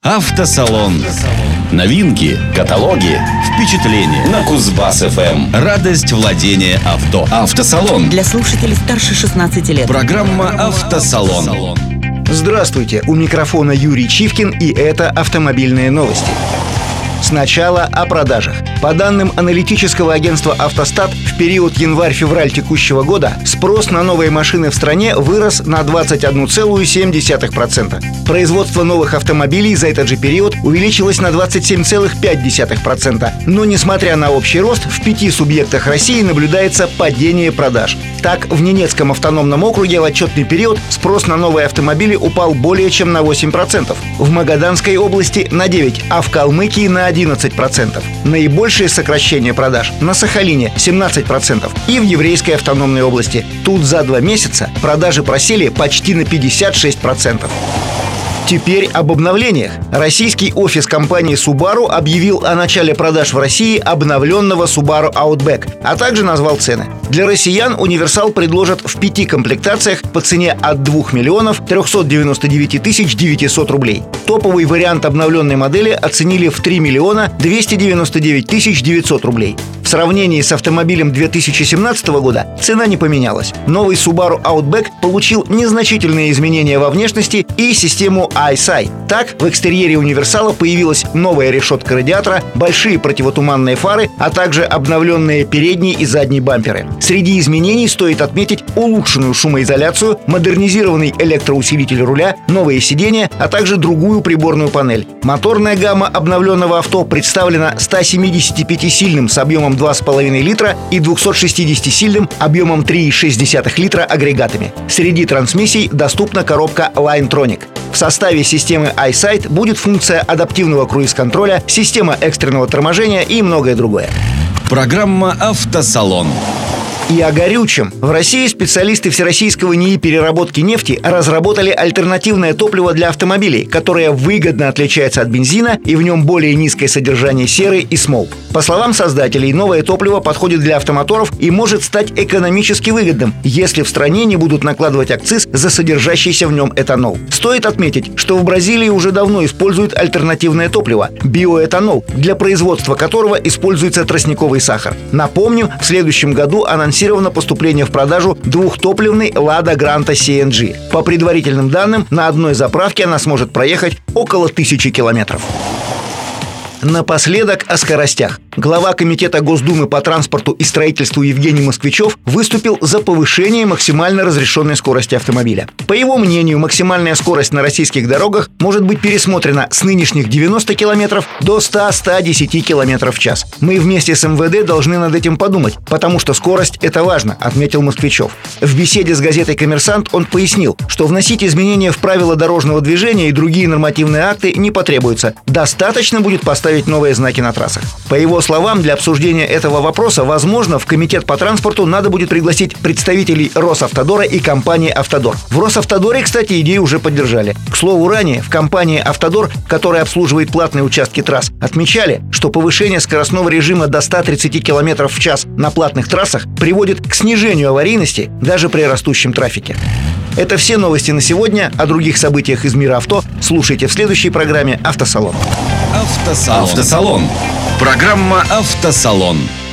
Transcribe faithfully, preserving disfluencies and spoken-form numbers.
Автосалон. Новинки, каталоги, впечатления на Кузбасс-ФМ. Радость владения авто. Автосалон. Для слушателей старше шестнадцати лет. Программа «Автосалон». Здравствуйте, у микрофона Юрий Чивкин, и это автомобильные новости. Сначала о продажах. По данным аналитического агентства «Автостат», в период январь-февраль текущего года спрос на новые машины в стране вырос на двадцать одна целая семь десятых процента. Производство новых автомобилей за этот же период увеличилось на двадцать семь целых пять десятых процента. Но, несмотря на общий рост, в пяти субъектах России наблюдается падение продаж. Так, в Ненецком автономном округе в отчетный период спрос на новые автомобили упал более чем на восемь процентов, в Магаданской области на девять процентов, а в Калмыкии на одиннадцать процентов. Наибольшее сокращение продаж на Сахалине – семнадцать процентов и в Еврейской автономной области. Тут за два месяца продажи просели почти на пятьдесят шесть процентов. Теперь об обновлениях. Российский офис компании Subaru объявил о начале продаж в России обновленного Subaru Outback, а также назвал цены. Для россиян универсал предложат в пяти комплектациях по цене от двух миллионов трехсот девяноста девяти тысяч девятисот рублей. Топовый вариант обновленной модели оценили в три миллиона двести девяносто девять тысяч девятьсот рублей. В сравнении с автомобилем две тысячи семнадцатого года цена не поменялась. Новый Subaru Outback получил незначительные изменения во внешности и систему iSight. Так, в экстерьере универсала появилась новая решетка радиатора, большие противотуманные фары, а также обновленные передние и задние бамперы. Среди изменений стоит отметить улучшенную шумоизоляцию, модернизированный электроусилитель руля, новые сиденья, а также другую приборную панель. Моторная гамма обновленного авто представлена ста семидесятипятисильным с объемом два с половиной литра и двухсотшестидесятисильным объемом три целых шесть десятых литра агрегатами. Среди трансмиссий доступна коробка Linetronic. В составе системы iSight будет функция адаптивного круиз-контроля, система экстренного торможения и многое другое. Программа «Автосалон». И о горючем. В России специалисты Всероссийского НИИ переработки нефти разработали альтернативное топливо для автомобилей, которое выгодно отличается от бензина и в нем более низкое содержание серы и смол. По словам создателей, новое топливо подходит для автомоторов и может стать экономически выгодным, если в стране не будут накладывать акциз за содержащийся в нем этанол. Стоит отметить, что в Бразилии уже давно используют альтернативное топливо – биоэтанол, для производства которого используется тростниковый сахар. Напомню, в следующем году анонсировано поступление в продажу двухтопливной Lada Granta си эн джи. По предварительным данным, на одной заправке она сможет проехать около тысячи километров. Напоследок о скоростях. Глава Комитета Госдумы по транспорту и строительству Евгений Москвичев выступил за повышение максимально разрешенной скорости автомобиля. По его мнению, максимальная скорость на российских дорогах может быть пересмотрена с нынешних девяноста километров до ста — ста десяти километров в час. Мы вместе с эм вэ дэ должны над этим подумать, потому что скорость – это важно, отметил Москвичев. В беседе с газетой «Коммерсант» он пояснил, что вносить изменения в правила дорожного движения и другие нормативные акты не потребуется. Достаточно будет поставить новые знаки на трассах. По его словам, для обсуждения этого вопроса, возможно, в Комитет по транспорту надо будет пригласить представителей Росавтодора и компании «Автодор». В Росавтодоре, кстати, идею уже поддержали. К слову, ранее в компании «Автодор», которая обслуживает платные участки трасс, отмечали, что повышение скоростного режима до ста тридцати километров в час на платных трассах приводит к снижению аварийности даже при растущем трафике. Это все новости на сегодня. О других событиях из мира авто слушайте в следующей программе «Автосалон». Автосалон. Автосалон. Программа «Автосалон».